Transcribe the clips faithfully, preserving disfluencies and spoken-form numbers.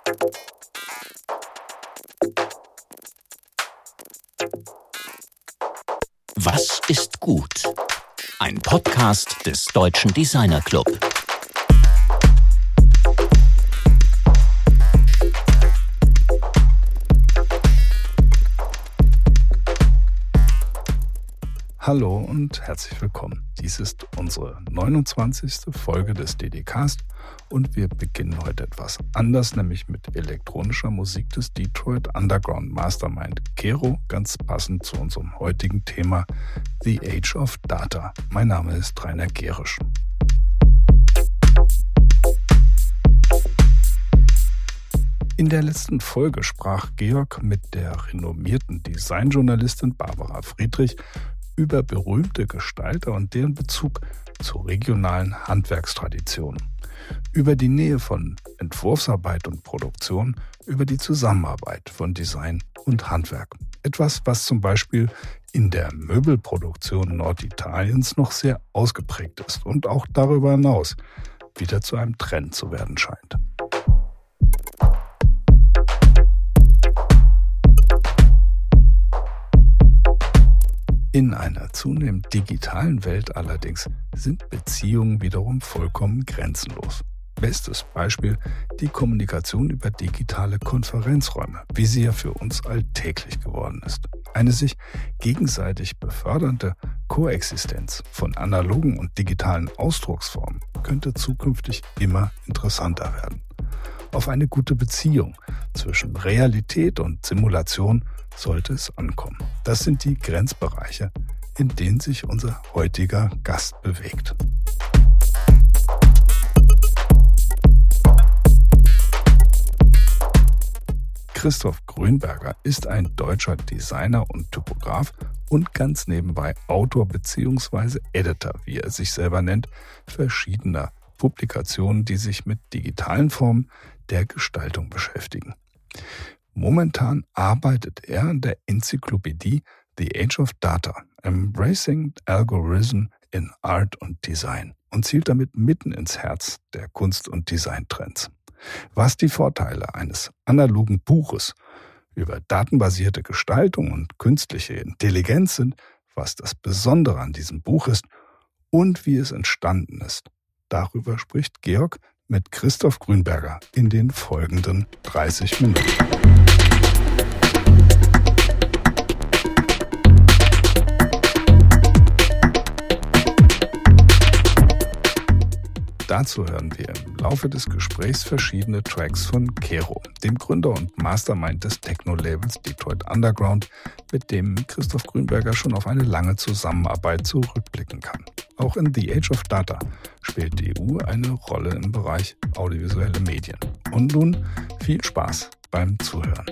Was ist gut? Ein Podcast des Deutschen Designer Club. Hallo und herzlich willkommen. Dies ist unsere neunundzwanzigste Folge des D D Cast und wir beginnen heute etwas anders, nämlich mit elektronischer Musik des Detroit Underground Mastermind Kero, ganz passend zu unserem heutigen Thema The Age of Data. Mein Name ist Rainer Gerisch. In der letzten Folge sprach Georg mit der renommierten Designjournalistin Barbara Friedrich über berühmte Gestalter und deren Bezug zu regionalen Handwerkstraditionen, über die Nähe von Entwurfsarbeit und Produktion, über die Zusammenarbeit von Design und Handwerk. Etwas, was zum Beispiel in der Möbelproduktion Norditaliens noch sehr ausgeprägt ist und auch darüber hinaus wieder zu einem Trend zu werden scheint. In einer zunehmend digitalen Welt allerdings sind Beziehungen wiederum vollkommen grenzenlos. Bestes Beispiel die Kommunikation über digitale Konferenzräume, wie sie ja für uns alltäglich geworden ist. Eine sich gegenseitig befördernde Koexistenz von analogen und digitalen Ausdrucksformen könnte zukünftig immer interessanter werden. Auf eine gute Beziehung zwischen Realität und Simulation sollte es ankommen. Das sind die Grenzbereiche, in denen sich unser heutiger Gast bewegt. Christoph Grünberger ist ein deutscher Designer und Typograf und ganz nebenbei Autor bzw. Editor, wie er sich selber nennt, verschiedener Publikationen, die sich mit digitalen Formen der Gestaltung beschäftigen. Momentan arbeitet er an der Enzyklopädie The Age of Data, Embracing Algorithm in Art und Design und zielt damit mitten ins Herz der Kunst- und Designtrends. Was die Vorteile eines analogen Buches über datenbasierte Gestaltung und künstliche Intelligenz sind, was das Besondere an diesem Buch ist und wie es entstanden ist. Darüber spricht Georg mit Christoph Grünberger in den folgenden dreißig Minuten. Dazu hören wir im Laufe des Gesprächs verschiedene Tracks von Kero, dem Gründer und Mastermind des Techno-Labels Detroit Underground, mit dem Christoph Grünberger schon auf eine lange Zusammenarbeit zurückblicken kann. Auch in The Age of Data spielt die E U eine Rolle im Bereich audiovisuelle Medien. Und nun viel Spaß beim Zuhören.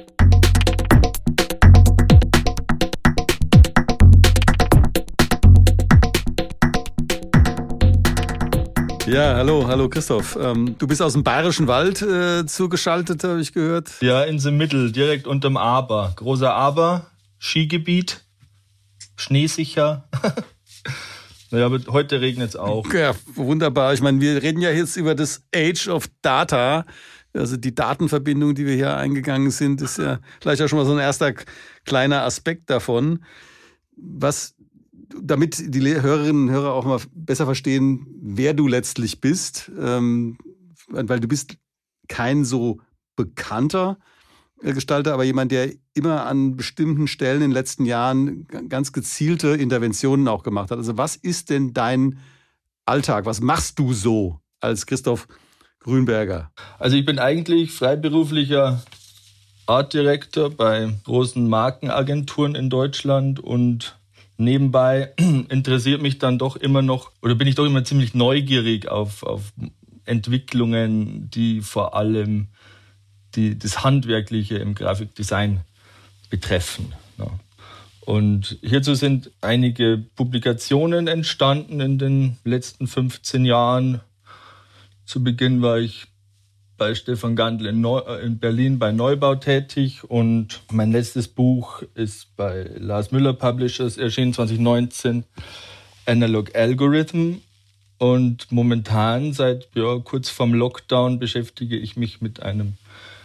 Ja, hallo, hallo Christoph. Ähm, du bist aus dem Bayerischen Wald äh, zugeschaltet, habe ich gehört. Ja, in the middle, direkt unterm Aber. Großer Aber, Skigebiet, schneesicher. Naja, aber heute regnet es auch. Ja, wunderbar. Ich meine, wir reden ja jetzt über das Age of Data. Also die Datenverbindung, die wir hier eingegangen sind, ist ja vielleicht auch schon mal so ein erster kleiner Aspekt davon. Was, damit die Hörerinnen und Hörer auch mal besser verstehen, wer du letztlich bist, ähm, weil du bist kein so bekannter Gestalter, aber jemand, der immer an bestimmten Stellen in den letzten Jahren ganz gezielte Interventionen auch gemacht hat. Also was ist denn dein Alltag? Was machst du so als Christoph Grünberger? Also ich bin eigentlich freiberuflicher Art Director bei großen Markenagenturen in Deutschland und nebenbei interessiert mich dann doch immer noch, oder bin ich doch immer ziemlich neugierig auf, auf Entwicklungen, die vor allem die, das Handwerkliche im Grafikdesign betreffen. Ja. Und hierzu sind einige Publikationen entstanden in den letzten fünfzehn Jahren. Zu Beginn war ich bei Stefan Gandl in, Neu- in Berlin bei Neubau tätig und mein letztes Buch ist bei Lars Müller Publishers erschienen zwanzig neunzehn, Analog Algorithm. Und momentan, seit ja, kurz vorm Lockdown, beschäftige ich mich mit einem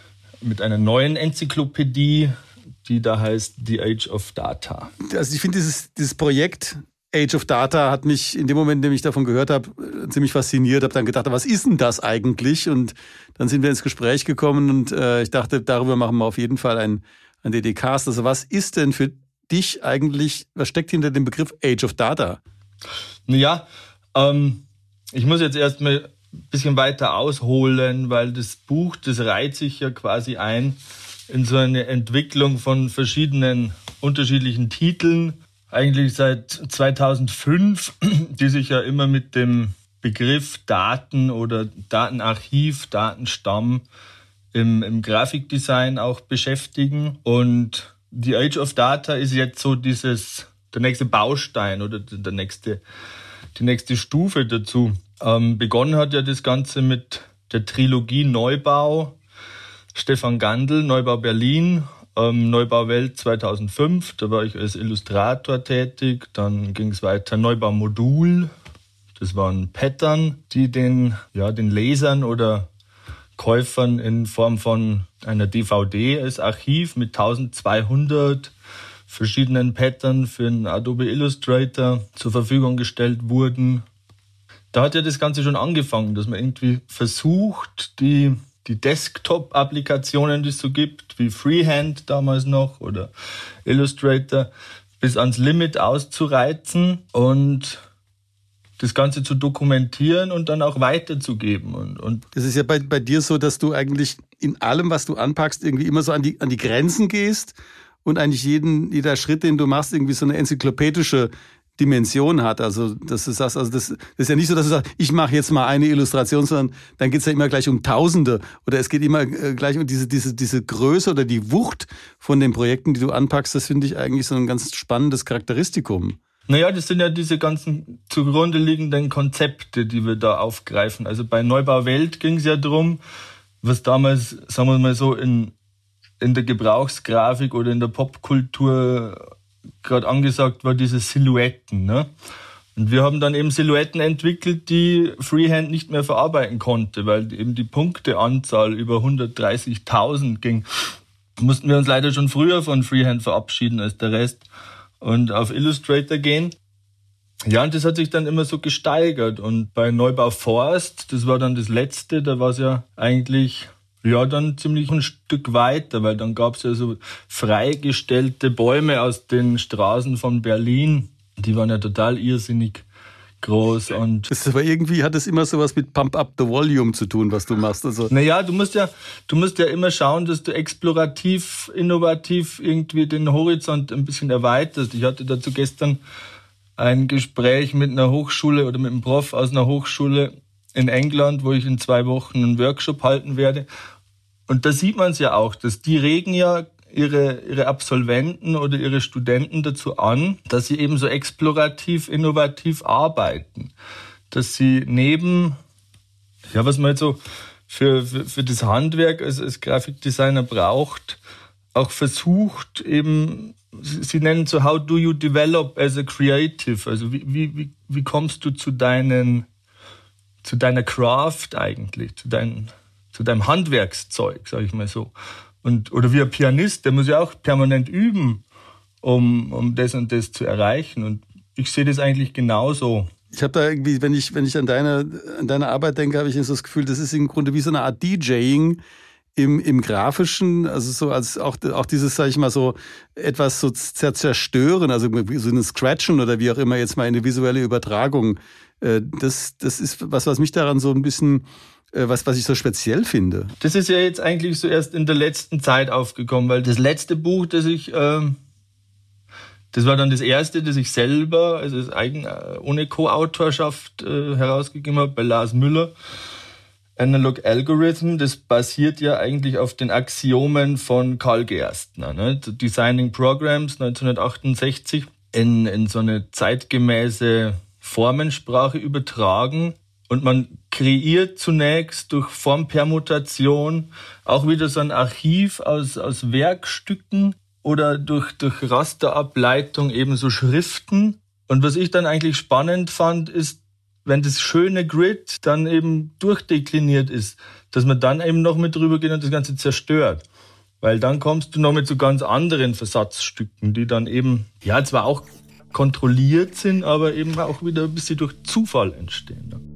mit einer neuen Enzyklopädie, die da heißt The Age of Data. Also ich finde dieses, dieses Projekt Age of Data hat mich in dem Moment, in dem ich davon gehört habe, ziemlich fasziniert. Habe dann gedacht, was ist denn das eigentlich? Und dann sind wir ins Gespräch gekommen und äh, ich dachte, darüber machen wir auf jeden Fall ein, ein D D Cast. Also was ist denn für dich eigentlich, was steckt hinter dem Begriff Age of Data? Ja, ähm, ich muss jetzt erstmal ein bisschen weiter ausholen, weil das Buch, das reiht sich ja quasi ein in so eine Entwicklung von verschiedenen unterschiedlichen Titeln, eigentlich seit zweitausendfünf, die sich ja immer mit dem Begriff Daten oder Datenarchiv, Datenstamm im, im Grafikdesign auch beschäftigen. Und die Age of Data ist jetzt so dieses, der nächste Baustein oder der nächste, die nächste Stufe dazu. Ähm, begonnen hat ja das Ganze mit der Trilogie Neubau, Stefan Gandl, Neubau Berlin, ähm, Neubau Welt zweitausendfünf, da war ich als Illustrator tätig. Dann ging es weiter, Neubau Modul, das waren Pattern, die den, ja, den Lesern oder Käufern in Form von einer D V D als Archiv mit eintausendzweihundert verschiedenen Pattern für den Adobe Illustrator zur Verfügung gestellt wurden. Da hat ja das Ganze schon angefangen, dass man irgendwie versucht, die, die Desktop-Applikationen, die es so gibt, wie Freehand damals noch oder Illustrator, bis ans Limit auszureizen und das Ganze zu dokumentieren und dann auch weiterzugeben. Und, und das ist ja bei, bei dir so, dass du eigentlich in allem, was du anpackst, irgendwie immer so an die, an die Grenzen gehst und eigentlich jeden, jeder Schritt, den du machst, irgendwie so eine enzyklopädische Dimension hat. Also, dass du sagst, also das, das ist ja nicht so, dass du sagst, ich mache jetzt mal eine Illustration, sondern dann geht's ja immer gleich um Tausende oder es geht immer gleich um diese, diese, diese Größe oder die Wucht von den Projekten, die du anpackst. Das finde ich eigentlich so ein ganz spannendes Charakteristikum. Naja, das sind ja diese ganzen zugrunde liegenden Konzepte, die wir da aufgreifen. Also bei Neubau Welt ging es ja darum, was damals, sagen wir mal so, in, in der Gebrauchsgrafik oder in der Popkultur gerade angesagt war, diese Silhouetten. Ne? Und wir haben dann eben Silhouetten entwickelt, die Freehand nicht mehr verarbeiten konnte, weil eben die Punkteanzahl über hundertdreißigtausend ging. Mussten wir uns leider schon früher von Freehand verabschieden als der Rest und auf Illustrator gehen. Ja, und das hat sich dann immer so gesteigert. Und bei Neubau Forst, das war dann das letzte, da war es ja eigentlich ja dann ziemlich ein Stück weiter, weil dann gab es ja so freigestellte Bäume aus den Straßen von Berlin. Die waren ja total irrsinnig groß. Und das ist aber irgendwie hat es immer so was mit Pump Up the Volume zu tun, was du machst. Also naja, du musst ja, du musst ja immer schauen, dass du explorativ, innovativ irgendwie den Horizont ein bisschen erweiterst. Ich hatte dazu gestern ein Gespräch mit einer Hochschule oder mit einem Prof aus einer Hochschule in England, wo ich in zwei Wochen einen Workshop halten werde. Und da sieht man es ja auch, dass die regen ja ihre, ihre Absolventen oder ihre Studenten dazu an, dass sie eben so explorativ, innovativ arbeiten. Dass sie neben, ja, was man jetzt so für, für, für das Handwerk als, als Grafikdesigner braucht, auch versucht eben, sie nennen so, how do you develop as a creative? Also wie, wie, wie kommst du zu deinen, zu deiner Craft eigentlich, zu deinem, zu deinem Handwerkszeug, sage ich mal so. Und, oder wie ein Pianist, der muss ja auch permanent üben, um, um das und das zu erreichen. Und ich sehe das eigentlich genauso. Ich habe da irgendwie, wenn ich, wenn ich an deine, an deine Arbeit denke, habe ich so das Gefühl, das ist im Grunde wie so eine Art DJing im, im Grafischen, also so als auch, auch dieses, sage ich mal, so etwas so zerstören, also so ein Scratchen oder wie auch immer jetzt mal eine visuelle Übertragung. Das, das ist was, was mich daran so ein bisschen, was, was ich so speziell finde. Das ist ja jetzt eigentlich so erst in der letzten Zeit aufgekommen, weil das letzte Buch, das ich, ähm, das war dann das erste, das ich selber, also das eigen, ohne Co-Autorschaft äh, herausgegeben habe, bei Lars Müller. Analog Algorithm, das basiert ja eigentlich auf den Axiomen von Karl Gerstner, ne? Designing Programs neunzehnhundertachtundsechzig in, in so eine zeitgemäße Formensprache übertragen. Und man kreiert zunächst durch Formpermutation auch wieder so ein Archiv aus, aus Werkstücken oder durch, durch Rasterableitung eben so Schriften. Und was ich dann eigentlich spannend fand, ist, wenn das schöne Grid dann eben durchdekliniert ist, dass man dann eben noch mit drüber geht und das Ganze zerstört. Weil dann kommst du noch mit so ganz anderen Versatzstücken, die dann eben, ja, zwar auch kontrolliert sind, aber eben auch wieder ein bisschen durch Zufall entstehen. Ne?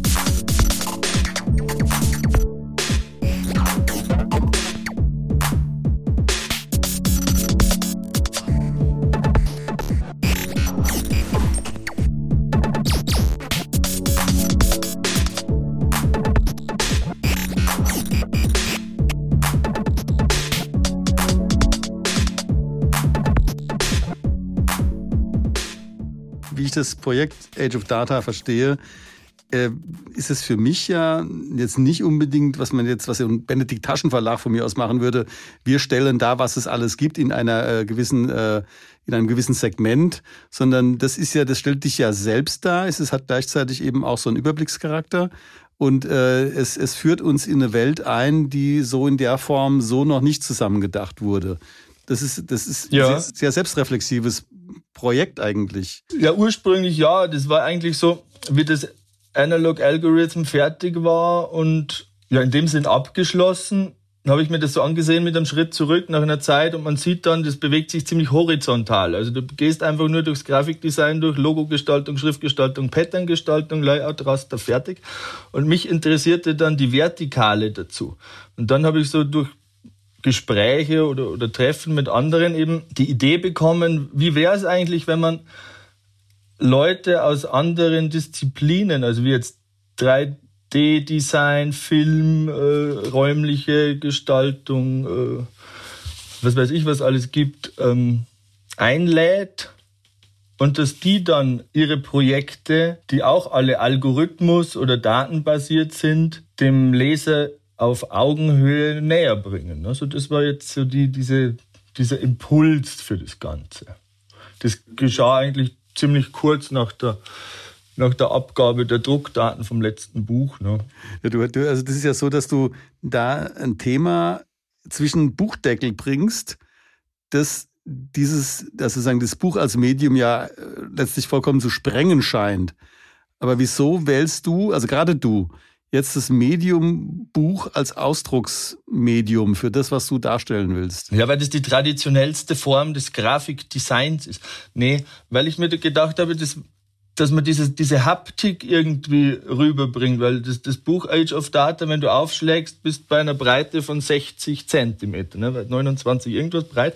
Wie ich das Projekt Age of Data verstehe, äh, ist es für mich ja jetzt nicht unbedingt, was man jetzt, was ein Benedikt Taschen Verlag von mir aus machen würde. Wir stellen da, was es alles gibt in einer äh, gewissen, äh, in einem gewissen Segment, sondern das ist ja, das stellt dich ja selbst dar. Es, es hat gleichzeitig eben auch so einen Überblickscharakter. Und äh, es, es führt uns in eine Welt ein, die so in der Form so noch nicht zusammengedacht wurde. Das ist, das ist ja. ein sehr, sehr selbstreflexives Projekt eigentlich. Ja, ursprünglich ja. Das war eigentlich so, wie das Analog Algorithm fertig war und ja in dem Sinn abgeschlossen, habe ich mir das so angesehen mit einem Schritt zurück nach einer Zeit und man sieht dann, das bewegt sich ziemlich horizontal. Also du gehst einfach nur durchs Grafikdesign, durch Logogestaltung, Schriftgestaltung, Patterngestaltung, Layout, Raster, fertig. Und mich interessierte dann die Vertikale dazu. Und dann habe ich so durch Gespräche oder, oder Treffen mit anderen eben die Idee bekommen, wie wäre es eigentlich, wenn man Leute aus anderen Disziplinen, also wie jetzt drei D-Design, Film, äh, räumliche Gestaltung, äh, was weiß ich, was alles gibt, ähm, einlädt und dass die dann ihre Projekte, die auch alle Algorithmus- oder datenbasiert sind, dem Leser auf Augenhöhe näher bringen. Also das war jetzt so die, diese, dieser Impuls für das Ganze. Das geschah eigentlich ziemlich kurz nach der, nach der Abgabe der Druckdaten vom letzten Buch. Ne? Ja, du, du, also das ist ja so, dass du da ein Thema zwischen Buchdeckel bringst, das dieses, dass sozusagen das Buch als Medium ja letztlich vollkommen zu sprengen scheint. Aber wieso wählst du, also gerade du, jetzt das Medium Buch als Ausdrucksmedium für das, was du darstellen willst? Ja, weil das die traditionellste Form des Grafikdesigns ist. Nee, weil ich mir gedacht habe, dass, dass man diese, diese Haptik irgendwie rüberbringt, weil das, das Buch Age of Data, wenn du aufschlägst, bist bei einer Breite von sechzig Zentimeter, ne, neunundzwanzig irgendwas breit.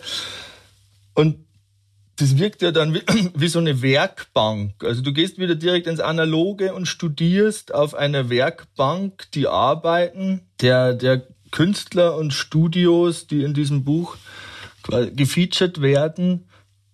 Und das wirkt ja dann wie, wie so eine Werkbank. Also du gehst wieder direkt ins Analoge und studierst auf einer Werkbank die Arbeiten der, der Künstler und Studios, die in diesem Buch gefeatured werden.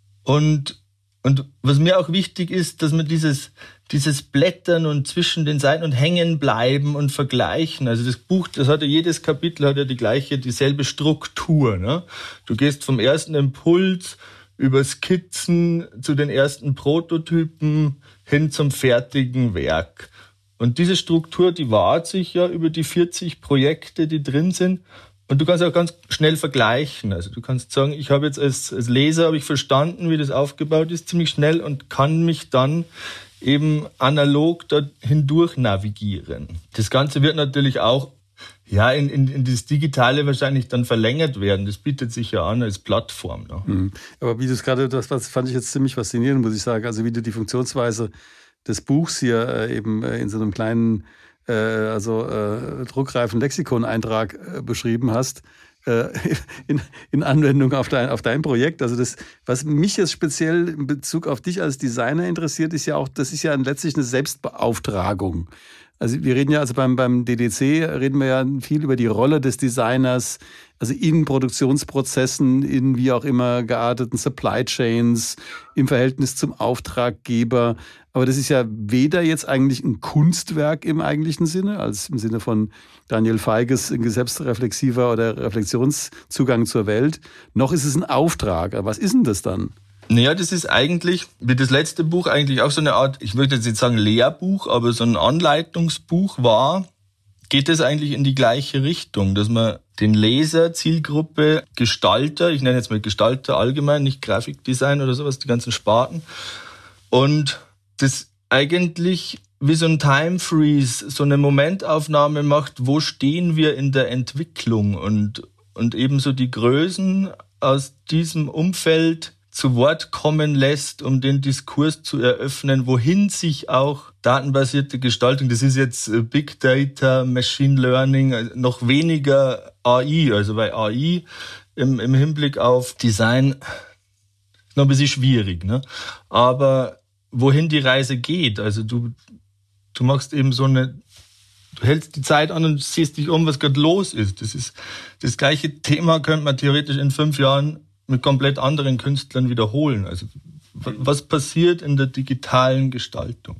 Und, und was mir auch wichtig ist, dass man dieses, dieses Blättern und zwischen den Seiten und hängen bleiben und vergleichen. Also das Buch, das hat ja jedes Kapitel hat ja die gleiche, dieselbe Struktur. Ne? Du gehst vom ersten Impuls über Skizzen zu den ersten Prototypen hin zum fertigen Werk. Und diese Struktur, die wahrt sich ja über die vierzig Projekte, die drin sind. Und du kannst auch ganz schnell vergleichen. Also du kannst sagen, ich habe jetzt als, als Leser habe ich verstanden, wie das aufgebaut ist, ziemlich schnell und kann mich dann eben analog da hindurch navigieren. Das Ganze wird natürlich auch Ja, in, in, in das Digitale wahrscheinlich dann verlängert werden. Das bietet sich ja an als Plattform. Ne? Mhm. Aber wie du es gerade, das fand ich jetzt ziemlich faszinierend, muss ich sagen. Also wie du die Funktionsweise des Buchs hier äh, eben äh, in so einem kleinen, äh, also äh, druckreifen Lexikoneintrag äh, beschrieben hast, äh, in, in Anwendung auf dein, auf dein Projekt. Also das, was mich jetzt speziell in Bezug auf dich als Designer interessiert, ist ja auch, das ist ja letztlich eine Selbstbeauftragung. Also wir reden ja, also beim, beim D D C reden wir ja viel über die Rolle des Designers, also in Produktionsprozessen, in wie auch immer gearteten Supply Chains, im Verhältnis zum Auftraggeber. Aber das ist ja weder jetzt eigentlich ein Kunstwerk im eigentlichen Sinne, als im Sinne von Daniel Feiges ein selbstreflexiver oder Reflexionszugang zur Welt, noch ist es ein Auftrag. Aber was ist denn das dann? Naja, das ist eigentlich, wie das letzte Buch eigentlich auch so eine Art, ich würde jetzt nicht sagen Lehrbuch, aber so ein Anleitungsbuch war, geht es eigentlich in die gleiche Richtung, dass man den Leser, Zielgruppe, Gestalter, ich nenne jetzt mal Gestalter allgemein, nicht Grafikdesign oder sowas, die ganzen Sparten, und das eigentlich wie so ein Time Freeze, so eine Momentaufnahme macht, wo stehen wir in der Entwicklung und, und ebenso die Größen aus diesem Umfeld zu Wort kommen lässt, um den Diskurs zu eröffnen, wohin sich auch datenbasierte Gestaltung, das ist jetzt Big Data, Machine Learning, noch weniger A I, also bei A I im, im Hinblick auf Design ist noch ein bisschen schwierig, ne? Aber wohin die Reise geht, also du, du machst eben so eine, du hältst die Zeit an und siehst dich um, was gerade los ist. Das ist das gleiche Thema, könnte man theoretisch in fünf Jahren mit komplett anderen Künstlern wiederholen. Also was passiert in der digitalen Gestaltung?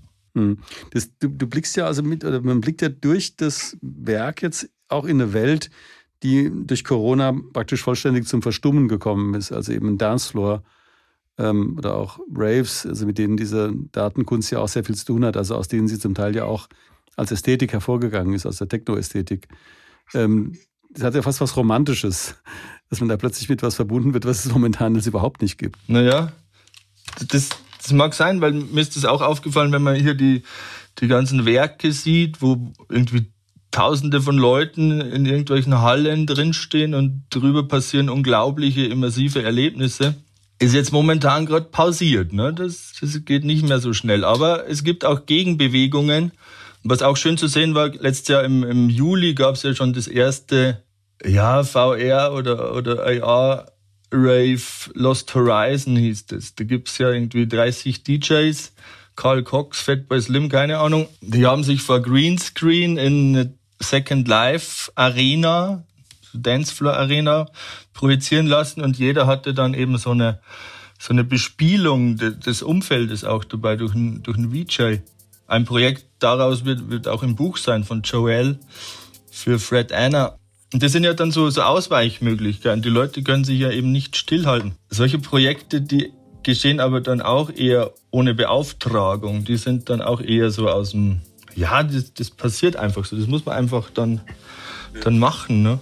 Das, du, du blickst ja also mit, oder man blickt ja durch das Werk jetzt auch in eine Welt, die durch Corona praktisch vollständig zum Verstummen gekommen ist. Also eben Dancefloor ähm, oder auch Raves, also mit denen diese Datenkunst ja auch sehr viel zu tun hat, also aus denen sie zum Teil ja auch als Ästhetik hervorgegangen ist, aus der Techno-Ästhetik. Ähm, das hat ja fast was Romantisches, dass man da plötzlich mit was verbunden wird, was es momentan jetzt überhaupt nicht gibt. Naja, das, das mag sein, weil mir ist das auch aufgefallen, wenn man hier die, die ganzen Werke sieht, wo irgendwie Tausende von Leuten in irgendwelchen Hallen drinstehen und drüber passieren unglaubliche, immersive Erlebnisse. Ist jetzt momentan gerade pausiert, ne? Das, das geht nicht mehr so schnell. Aber es gibt auch Gegenbewegungen. Was auch schön zu sehen war, letztes Jahr im, im Juli gab es ja schon das erste ja, V R oder, oder A R-Rave Lost Horizon hieß das. Da gibt's ja irgendwie dreißig D Js, Carl Cox, Fatboy Slim, keine Ahnung. Die haben sich vor Greenscreen in eine Second Life Arena, Dancefloor Arena, projizieren lassen und jeder hatte dann eben so eine, so eine Bespielung des Umfeldes auch dabei durch einen, durch einen V J. Ein Projekt daraus wird, wird auch im Buch sein von Joel für Fred Anna. Und das sind ja dann so, so Ausweichmöglichkeiten. Die Leute können sich ja eben nicht stillhalten. Solche Projekte, die geschehen aber dann auch eher ohne Beauftragung. Die sind dann auch eher so aus dem, ja, das, das passiert einfach so. Das muss man einfach dann, dann machen, ne?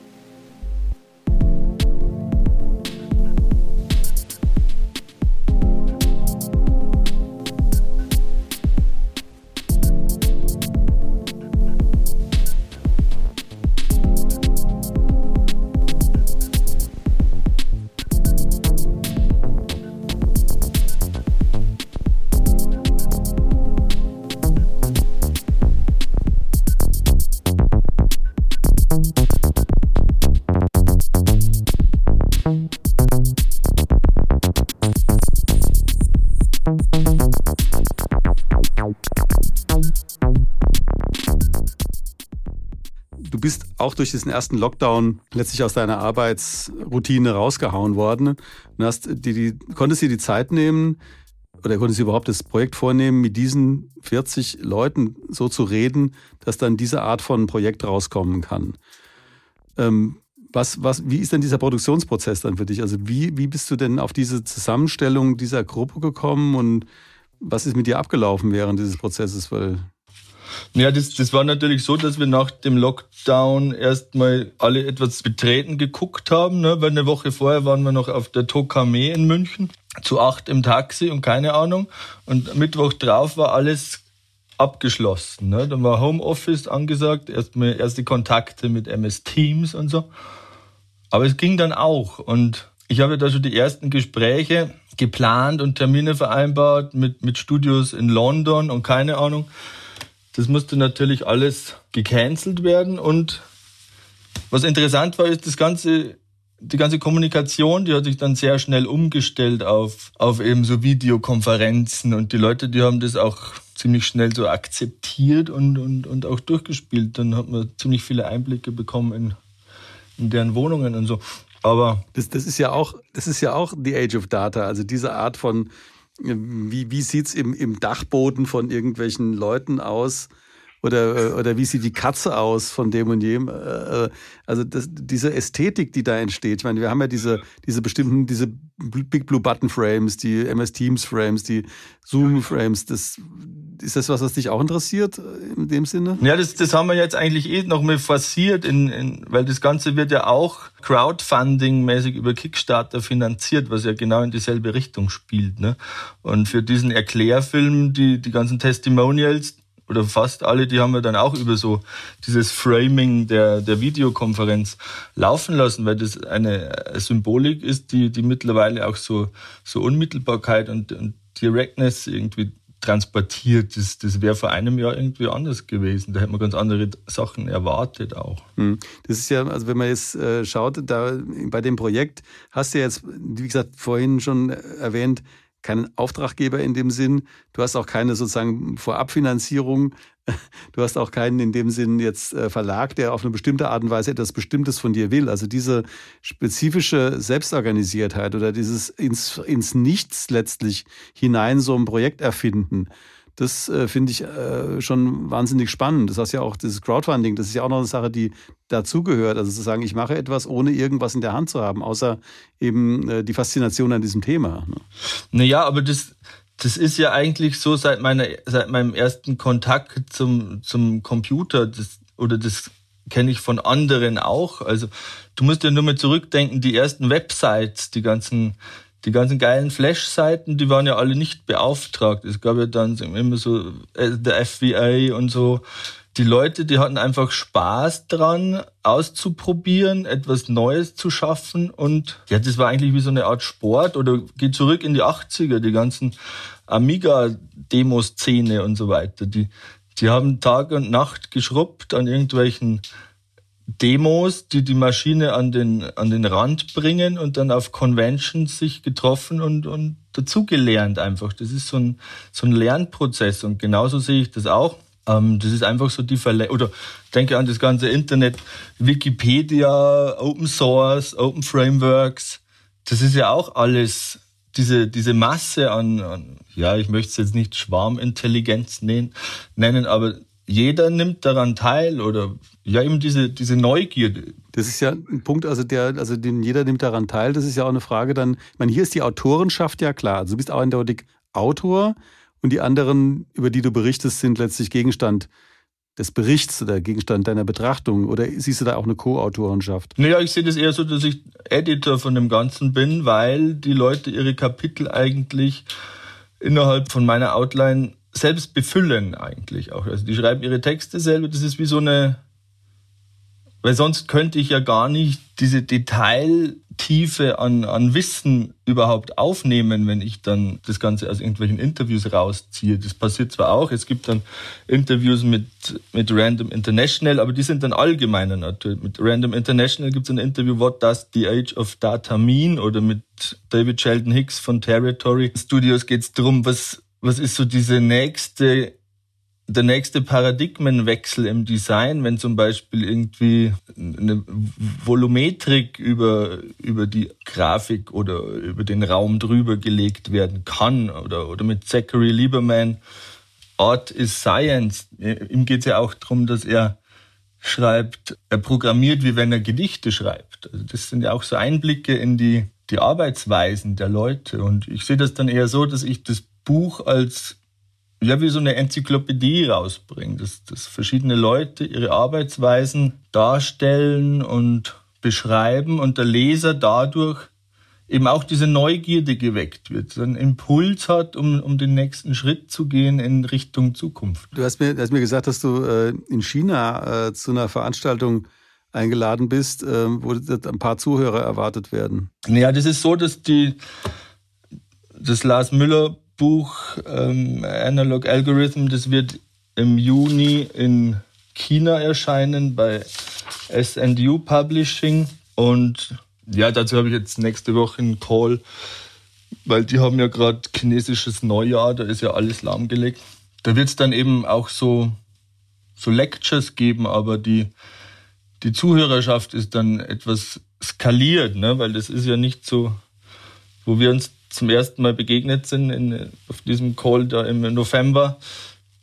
Du bist auch durch diesen ersten Lockdown letztlich aus deiner Arbeitsroutine rausgehauen worden und hast die, die, konntest dir die Zeit nehmen oder konntest dir überhaupt das Projekt vornehmen, mit diesen vierzig Leuten so zu reden, dass dann diese Art von Projekt rauskommen kann. Ähm, was, was, wie ist denn dieser Produktionsprozess dann für dich? Also wie, wie bist du denn auf diese Zusammenstellung dieser Gruppe gekommen und was ist mit dir abgelaufen während dieses Prozesses? Weil Ja, das, das war natürlich so, dass wir nach dem Lockdown erstmal alle etwas betreten geguckt haben, ne? Weil eine Woche vorher waren wir noch auf der Tokame in München, zu acht im Taxi und keine Ahnung. Und Mittwoch drauf war alles abgeschlossen, ne? Dann war Homeoffice angesagt, erstmal erste Kontakte mit M S Teams und so. Aber es ging dann auch und ich habe da schon die ersten Gespräche geplant und Termine vereinbart mit, mit Studios in London und keine Ahnung. Das musste natürlich alles gecancelt werden und was interessant war, ist das ganze, die ganze Kommunikation, die hat sich dann sehr schnell umgestellt auf, auf eben so Videokonferenzen und die Leute, die haben das auch ziemlich schnell so akzeptiert und, und, und auch durchgespielt. Dann hat man ziemlich viele Einblicke bekommen in, in deren Wohnungen und so. Aber das, das ist ja auch, das ist ja auch the age of data, also diese Art von Wie, wie sieht es im, im Dachboden von irgendwelchen Leuten aus, oder, oder wie sieht die Katze aus von dem und dem. Also das, diese Ästhetik, die da entsteht. Ich meine, wir haben ja diese, diese bestimmten, diese Big Blue Button Frames, die M S Teams Frames, die Zoom Frames. Das, ist das was, was dich auch interessiert in dem Sinne? Ja, das, das haben wir jetzt eigentlich eh noch mal forciert, in, in, weil das Ganze wird ja auch Crowdfunding-mäßig über Kickstarter finanziert, was ja genau in dieselbe Richtung spielt. Ne? Und für diesen Erklärfilm, die, die ganzen Testimonials, oder fast alle, die haben wir dann auch über so dieses Framing der, der Videokonferenz laufen lassen, weil das eine Symbolik ist, die, die mittlerweile auch so, so Unmittelbarkeit und, und Directness irgendwie transportiert. Das, das wäre vor einem Jahr irgendwie anders gewesen. Da hätte man ganz andere Sachen erwartet auch. Das ist ja, also wenn man jetzt äh, schaut, da bei dem Projekt hast du ja jetzt, wie gesagt, vorhin schon erwähnt, keinen Auftraggeber in dem Sinn. Du hast auch keine sozusagen Vorabfinanzierung. Du hast auch keinen in dem Sinn jetzt Verlag, der auf eine bestimmte Art und Weise etwas Bestimmtes von dir will. Also diese spezifische Selbstorganisiertheit oder dieses ins, ins Nichts letztlich hinein so ein Projekt erfinden, das äh, finde ich äh, schon wahnsinnig spannend. Das heißt ja auch, dieses Crowdfunding, das ist ja auch noch eine Sache, die dazugehört. Also zu sagen, ich mache etwas, ohne irgendwas in der Hand zu haben, außer eben äh, die Faszination an diesem Thema. Ne? Naja, aber das, das ist ja eigentlich so seit meiner, seit meinem ersten Kontakt zum, zum Computer, das, oder das kenne ich von anderen auch. Also du musst ja nur mal zurückdenken, die ersten Websites, die ganzen Die ganzen geilen Flash-Seiten, die waren ja alle nicht beauftragt. Es gab ja dann immer so der F V A und so. Die Leute, die hatten einfach Spaß dran, auszuprobieren, etwas Neues zu schaffen. Und ja, das war eigentlich wie so eine Art Sport. Oder geh zurück in die achtziger, die ganzen Amiga-Demo-Szene und so weiter. Die, die haben Tag und Nacht geschrubbt an irgendwelchen Demos, die die Maschine an den, an den Rand bringen und dann auf Conventions sich getroffen und, und dazugelernt einfach. Das ist so ein, so ein Lernprozess und genauso sehe ich das auch. Ähm, das ist einfach so die Verle- oder denke an das ganze Internet, Wikipedia, Open Source, Open Frameworks. Das ist ja auch alles diese, diese Masse an, an, ja, ich möchte es jetzt nicht Schwarmintelligenz nennen, nennen, aber jeder nimmt daran teil oder ja eben diese, diese Neugierde. Das ist ja ein Punkt, also der, also den jeder nimmt daran teil. Das ist ja auch eine Frage dann, ich meine, hier ist die Autorenschaft ja klar. Also du bist auch eindeutig Autor und die anderen, über die du berichtest, sind letztlich Gegenstand des Berichts oder Gegenstand deiner Betrachtung. Oder siehst du da auch eine Co-Autorenschaft? Naja, ich sehe das eher so, dass ich Editor von dem Ganzen bin, weil die Leute ihre Kapitel eigentlich innerhalb von meiner Outline selbst befüllen eigentlich auch. Also die schreiben ihre Texte selber. Das ist wie so eine, weil sonst könnte ich ja gar nicht diese Detailtiefe an, an Wissen überhaupt aufnehmen, wenn ich dann das Ganze aus irgendwelchen Interviews rausziehe. Das passiert zwar auch, es gibt dann Interviews mit, mit Random International, aber die sind dann allgemeiner Natur. Mit Random International gibt es ein Interview, What Does the Age of Data Mean? Oder mit David Sheldon Hicks von Territory Studios geht es darum, was Was ist so diese nächste, der nächste Paradigmenwechsel im Design, wenn zum Beispiel irgendwie eine Volumetrik über, über die Grafik oder über den Raum drüber gelegt werden kann oder, oder mit Zachary Lieberman, Art is Science. Ihm geht es ja auch darum, dass er schreibt, er programmiert, wie wenn er Gedichte schreibt. Also das sind ja auch so Einblicke in die, die Arbeitsweisen der Leute und ich sehe das dann eher so, dass ich das Buch als ja wie so eine Enzyklopädie rausbringt, dass, dass verschiedene Leute ihre Arbeitsweisen darstellen und beschreiben und der Leser dadurch eben auch diese Neugierde geweckt wird, so einen Impuls hat, um, um den nächsten Schritt zu gehen in Richtung Zukunft. Du hast mir, du hast mir gesagt, dass du äh, in China äh, zu einer Veranstaltung eingeladen bist, äh, wo ein paar Zuhörer erwartet werden. Ja, das ist so, dass die das Lars Müller Buch ähm, Analog Algorithm, das wird im Juni in China erscheinen bei S and U Publishing und ja, dazu habe ich jetzt nächste Woche einen Call, weil die haben ja gerade chinesisches Neujahr, da ist ja alles lahmgelegt. Da wird es dann eben auch so, so Lectures geben, aber die, die Zuhörerschaft ist dann etwas skaliert, ne? Weil das ist ja nicht so, wo wir uns zum ersten Mal begegnet sind in, auf diesem Call da im November.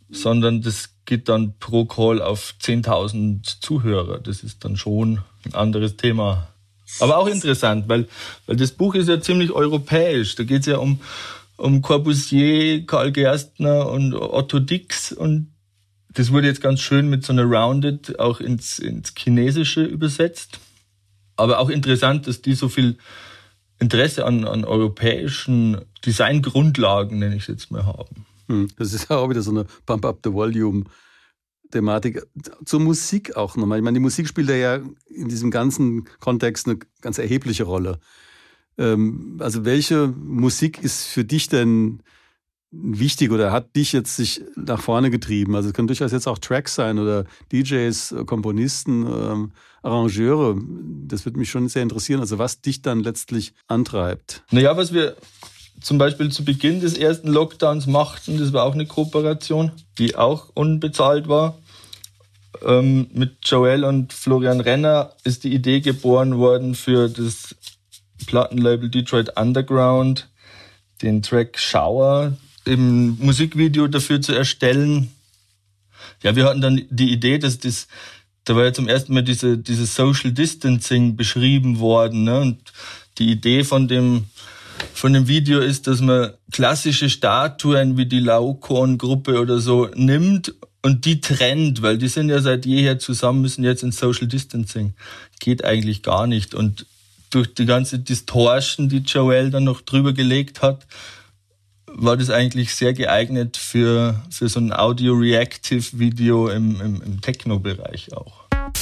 sondern das geht dann pro Call auf zehntausend Zuhörer. Das ist dann schon ein anderes Thema. Aber auch interessant, weil, weil das Buch ist ja ziemlich europäisch. Da geht es ja um, um Corbusier, Karl Gerstner und Otto Dix. Und das wurde jetzt ganz schön mit so einer Rounded auch ins, ins Chinesische übersetzt. Aber auch interessant, dass die so viel Interesse an, an europäischen Designgrundlagen, nenne ich es jetzt mal, haben. Das ist ja auch wieder so eine Pump-Up-the-Volume-Thematik. Zur Musik auch nochmal. Ich meine, die Musik spielt ja in diesem ganzen Kontext eine ganz erhebliche Rolle. Also welche Musik ist für dich denn wichtig oder hat dich jetzt sich nach vorne getrieben? Also es können durchaus jetzt auch Tracks sein oder D Js, Komponisten, ähm, Arrangeure. Das würde mich schon sehr interessieren. Also was dich dann letztlich antreibt. Naja, was wir zum Beispiel zu Beginn des ersten Lockdowns machten, das war auch eine Kooperation, die auch unbezahlt war. Ähm, mit Joel und Florian Renner ist die Idee geboren worden für das Plattenlabel Detroit Underground, den Track Shower im Musikvideo dafür zu erstellen. Ja, wir hatten dann die Idee, dass das, da war ja zum ersten Mal diese, dieses Social Distancing beschrieben worden, ne? Und die Idee von dem, von dem Video ist, dass man klassische Statuen wie die Laocoon-Gruppe oder so nimmt und die trennt, weil die sind ja seit jeher zusammen, müssen jetzt ins Social Distancing. Geht eigentlich gar nicht. Und durch die ganze Distortion, die Joel dann noch drüber gelegt hat, war das eigentlich sehr geeignet für, für so ein Audio-Reactive-Video im, im, im Techno-Bereich auch.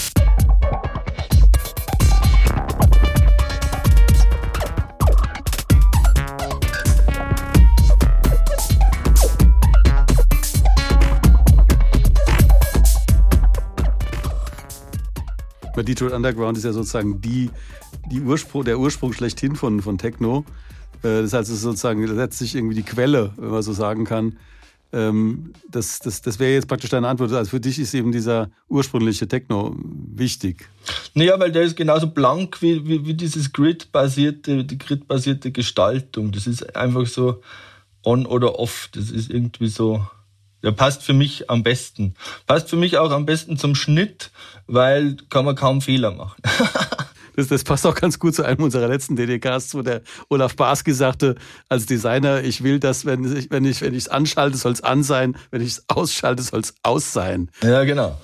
Detroit Underground ist ja sozusagen die, die Ursprung, der Ursprung schlechthin von, von Techno. Das heißt, es ist sozusagen letztlich irgendwie die Quelle, wenn man so sagen kann. Das, das, das wäre jetzt praktisch deine Antwort. Also für dich ist eben dieser ursprüngliche Techno wichtig. Naja, weil der ist genauso blank wie, wie, wie dieses Grid-basierte, die Grid-basierte Gestaltung. Das ist einfach so on oder off. Das ist irgendwie so... Der passt für mich am besten. Passt für mich auch am besten zum Schnitt, weil kann man kaum Fehler machen. das, das passt auch ganz gut zu einem unserer letzten D D Ks, wo der Olaf Barsky sagte, als Designer, ich will, dass, wenn ich wenn ich wenn ich es anschalte, soll es an sein, wenn ich es ausschalte, soll es aus sein. Ja, genau.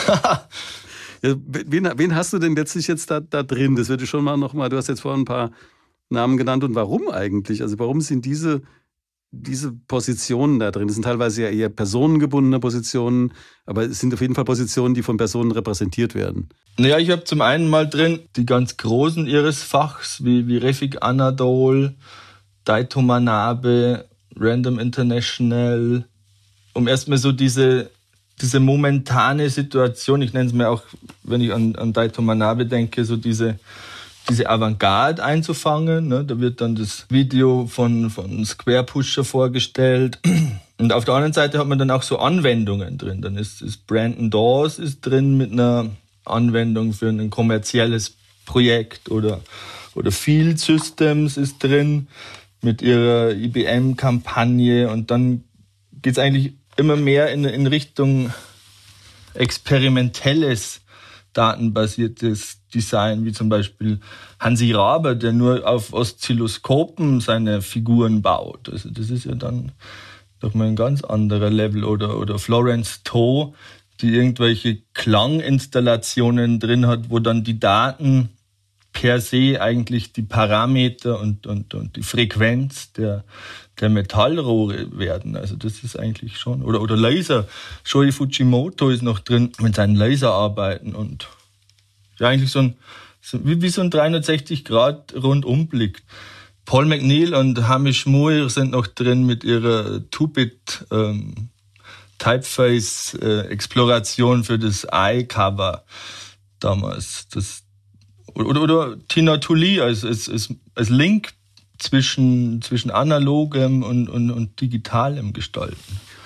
ja, wen, wen hast du denn letztlich jetzt da, da drin? Das würde ich schon mal noch mal, du hast jetzt vorhin ein paar Namen genannt. Und warum eigentlich? Also warum sind diese diese Positionen da drin? Das sind teilweise ja eher personengebundene Positionen, aber es sind auf jeden Fall Positionen, die von Personen repräsentiert werden. Naja, ich habe zum einen mal drin die ganz Großen ihres Fachs, wie, wie Refik Anadol, Daito Manabe, Random International, um erstmal so diese, diese momentane Situation, ich nenne es mir auch, wenn ich an, an Daito Manabe denke, so diese diese Avantgarde einzufangen. Ne? Da wird dann das Video von, von Square Pusher vorgestellt. Und auf der anderen Seite hat man dann auch so Anwendungen drin. Dann ist, ist Brandon Dawes ist drin mit einer Anwendung für ein kommerzielles Projekt. Oder, oder Field Systems ist drin mit ihrer I B M-Kampagne. Und dann geht es eigentlich immer mehr in, in Richtung experimentelles, datenbasiertes Design, wie zum Beispiel Hansi Raber, der nur auf Oszilloskopen seine Figuren baut. Also das ist ja dann doch mal ein ganz anderer Level. Oder, oder Florence To, die irgendwelche Klanginstallationen drin hat, wo dann die Daten per se eigentlich die Parameter und, und, und die Frequenz der, der Metallrohre werden. Also das ist eigentlich schon... Oder, oder Laser. Shoei Fujimoto ist noch drin mit seinen Laserarbeiten und ja, eigentlich so ein, so, wie, wie so ein dreihundertsechzig Grad Rundumblick. Paul McNeil und Hamish Muir sind noch drin mit ihrer Two-Bit ähm, Typeface-Exploration äh, für das iCover damals. Das, oder, oder Tina Tully als, als, als, als Link zwischen, zwischen analogem und, und, und digitalem Gestalten.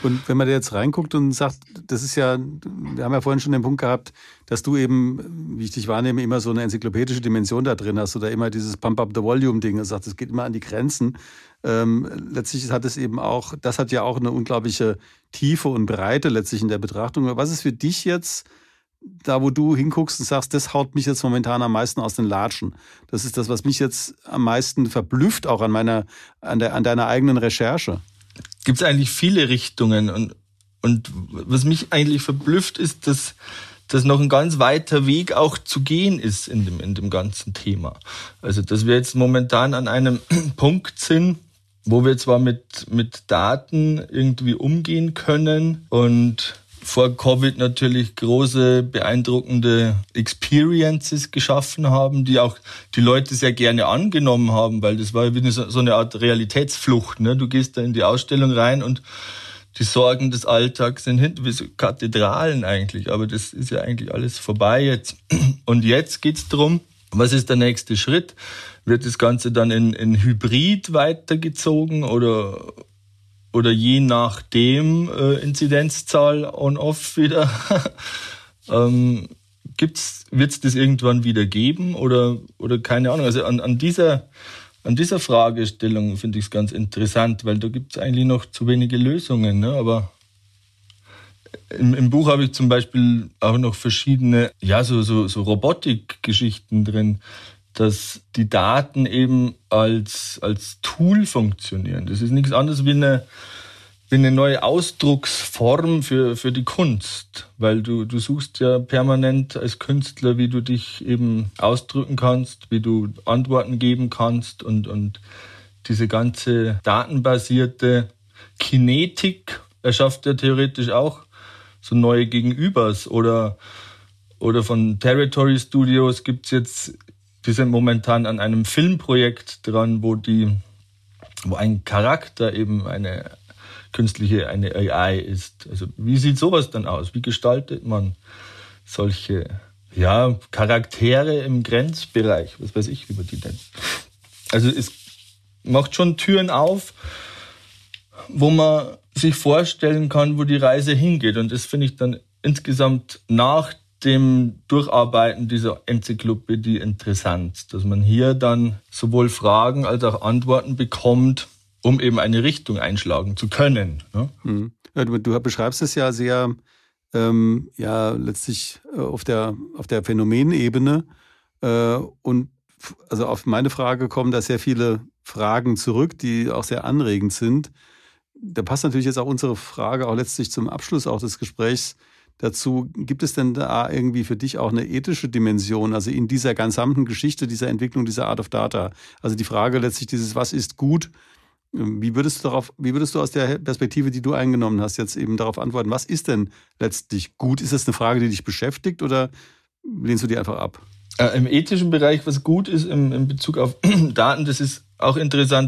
Und wenn man da jetzt reinguckt und sagt, das ist ja, wir haben ja vorhin schon den Punkt gehabt, dass du eben, wie ich dich wahrnehme, immer so eine enzyklopädische Dimension da drin hast oder immer dieses Pump-up-the-Volume-Ding, das sagt, es geht immer an die Grenzen. Ähm, letztlich hat es eben auch, das hat ja auch eine unglaubliche Tiefe und Breite letztlich in der Betrachtung. Was ist für dich jetzt, da wo du hinguckst und sagst, das haut mich jetzt momentan am meisten aus den Latschen? Das ist das, was mich jetzt am meisten verblüfft, auch an meiner, an der, an deiner eigenen Recherche. Gibt es eigentlich viele Richtungen und, und was mich eigentlich verblüfft ist, dass, dass noch ein ganz weiter Weg auch zu gehen ist in dem, in dem ganzen Thema. Also dass wir jetzt momentan an einem Punkt sind, wo wir zwar mit, mit Daten irgendwie umgehen können und vor Covid natürlich große, beeindruckende Experiences geschaffen haben, die auch die Leute sehr gerne angenommen haben, weil das war ja wie so eine Art Realitätsflucht. Ne? Du gehst da in die Ausstellung rein und die Sorgen des Alltags sind hinten wie so Kathedralen eigentlich, aber das ist ja eigentlich alles vorbei jetzt. Und jetzt geht's drum, was ist der nächste Schritt? Wird das Ganze dann in, in Hybrid weitergezogen oder oder je nachdem äh, Inzidenzzahl on-off wieder, ähm, gibt's, wird's das irgendwann wieder geben oder, oder keine Ahnung. Also an, an, dieser, an dieser Fragestellung finde ich es ganz interessant, weil da gibt's eigentlich noch zu wenige Lösungen. Ne? Aber im, im Buch habe ich zum Beispiel auch noch verschiedene, ja, so, so, so Robotikgeschichten drin, dass die Daten eben als, als Tool funktionieren. Das ist nichts anderes wie eine, wie eine neue Ausdrucksform für, für die Kunst. Weil du, du suchst ja permanent als Künstler, wie du dich eben ausdrücken kannst, wie du Antworten geben kannst und, und diese ganze datenbasierte Kinetik erschafft ja theoretisch auch so neue Gegenübers. Oder, oder von Territory Studios gibt's jetzt Wir sind momentan an einem Filmprojekt dran, wo die, wo ein Charakter eben eine künstliche, eine A I ist. Also wie sieht sowas dann aus? Wie gestaltet man solche, ja, Charaktere im Grenzbereich? Was weiß ich, wie man die nennt. Also es macht schon Türen auf, wo man sich vorstellen kann, wo die Reise hingeht. Und das finde ich dann insgesamt nach dem Durcharbeiten dieser Enzyklopädie interessant, dass man hier dann sowohl Fragen als auch Antworten bekommt, um eben eine Richtung einschlagen zu können. Ne? Mhm. Ja, du, du beschreibst es ja sehr, ähm, ja, letztlich auf der, auf der Phänomenebene. Äh, und also auf meine Frage kommen da sehr viele Fragen zurück, die auch sehr anregend sind. Da passt natürlich jetzt auch unsere Frage auch letztlich zum Abschluss auch des Gesprächs dazu. Gibt es denn da irgendwie für dich auch eine ethische Dimension, also in dieser gesamten Geschichte, dieser Entwicklung dieser Art of Data? Also die Frage letztlich dieses, was ist gut? Wie würdest du darauf, wie würdest du aus der Perspektive, die du eingenommen hast, jetzt eben darauf antworten, was ist denn letztlich gut? Ist das eine Frage, die dich beschäftigt oder lehnst du die einfach ab? Äh, Im ethischen Bereich, was gut ist im, in Bezug auf Daten, das ist auch interessant.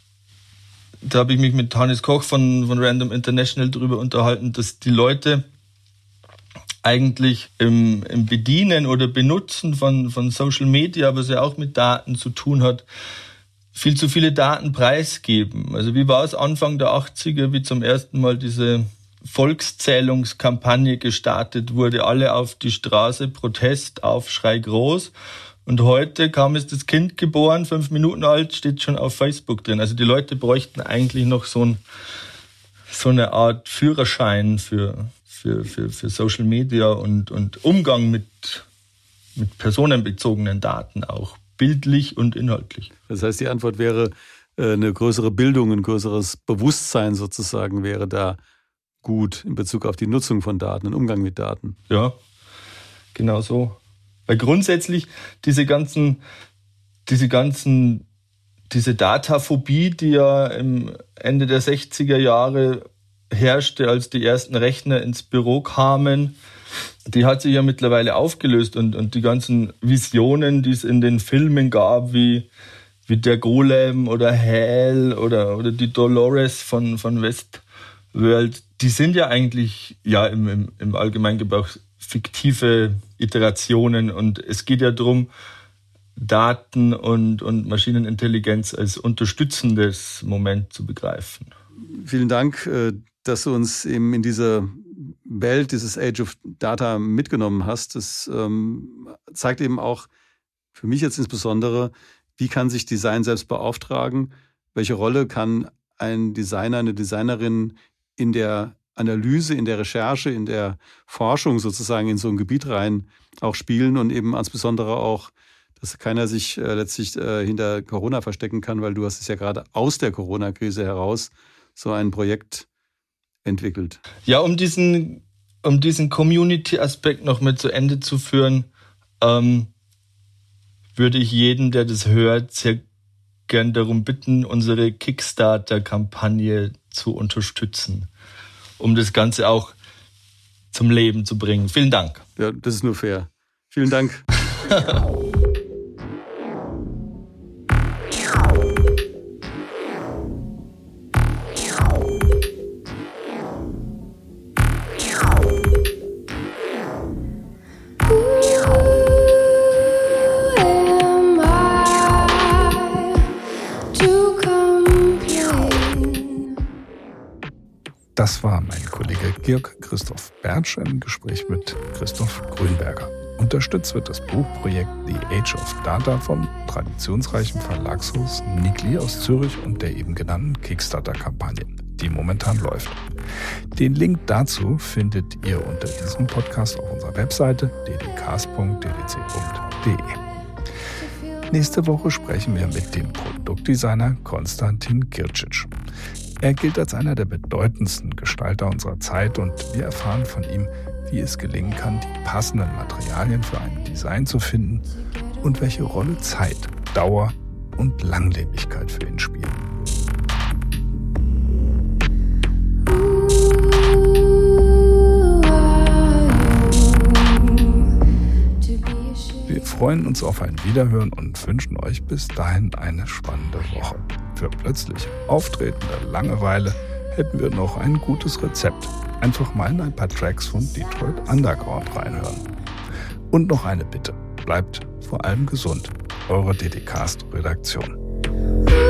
Da habe ich mich mit Hannes Koch von, von Random International darüber unterhalten, dass die Leute eigentlich im, im Bedienen oder Benutzen von, von Social Media, was ja auch mit Daten zu tun hat, viel zu viele Daten preisgeben. Also wie war es Anfang der achtziger, wie zum ersten Mal diese Volkszählungskampagne gestartet wurde, alle auf die Straße, Protest, Aufschrei groß. Und heute, kaum ist das Kind geboren, fünf Minuten alt, steht schon auf Facebook drin. Also die Leute bräuchten eigentlich noch so, ein, so eine Art Führerschein für, für, für, für Social Media und, und Umgang mit, mit personenbezogenen Daten auch. Bildlich und inhaltlich. Das heißt, die Antwort wäre, eine größere Bildung, ein größeres Bewusstsein sozusagen wäre da gut in Bezug auf die Nutzung von Daten, den Umgang mit Daten. Ja, genau so. Weil grundsätzlich diese ganzen, diese ganzen, diese Dataphobie, die ja im Ende der sechziger Jahre herrschte, als die ersten Rechner ins Büro kamen, die hat sich ja mittlerweile aufgelöst und, und die ganzen Visionen, die es in den Filmen gab, wie, wie der Golem oder Hal oder, oder die Dolores von, von Westworld, die sind ja eigentlich ja im, im, im Allgemeingebrauch fiktive Iterationen und es geht ja darum, Daten und, und Maschinenintelligenz als unterstützendes Moment zu begreifen. Vielen Dank. dass du uns eben in diese Welt, dieses Age of Data mitgenommen hast. Das ähm, zeigt eben auch für mich jetzt insbesondere, wie kann sich Design selbst beauftragen? Welche Rolle kann ein Designer, eine Designerin in der Analyse, in der Recherche, in der Forschung sozusagen in so ein Gebiet rein auch spielen und eben insbesondere auch, dass keiner sich äh, letztlich äh, hinter Corona verstecken kann, weil du hast es ja gerade aus der Corona-Krise heraus so ein Projekt entwickelt. Ja, um diesen, um diesen Community-Aspekt noch mit zu Ende zu führen, ähm, würde ich jeden, der das hört, sehr gern darum bitten, unsere Kickstarter-Kampagne zu unterstützen, um das Ganze auch zum Leben zu bringen. Vielen Dank. Ja, das ist nur fair. Vielen Dank. Das war mein Kollege Georg Christoph Bertsch im Gespräch mit Christoph Grünberger. Unterstützt wird das Buchprojekt The Age of Data vom traditionsreichen Verlagshaus Nikli aus Zürich und der eben genannten Kickstarter-Kampagne, die momentan läuft. Den Link dazu findet ihr unter diesem Podcast auf unserer Webseite d d c a s punkt d d c punkt d e. Nächste Woche sprechen wir mit dem Produktdesigner Konstantin Kircic. Er gilt als einer der bedeutendsten Gestalter unserer Zeit und wir erfahren von ihm, wie es gelingen kann, die passenden Materialien für ein Design zu finden und welche Rolle Zeit, Dauer und Langlebigkeit für ihn spielen. Wir freuen uns auf ein Wiederhören und wünschen euch bis dahin eine spannende Woche. Für plötzlich auftretende Langeweile hätten wir noch ein gutes Rezept. Einfach mal in ein paar Tracks von Detroit Underground reinhören. Und noch eine Bitte. Bleibt vor allem gesund. Eure D D Cast Redaktion.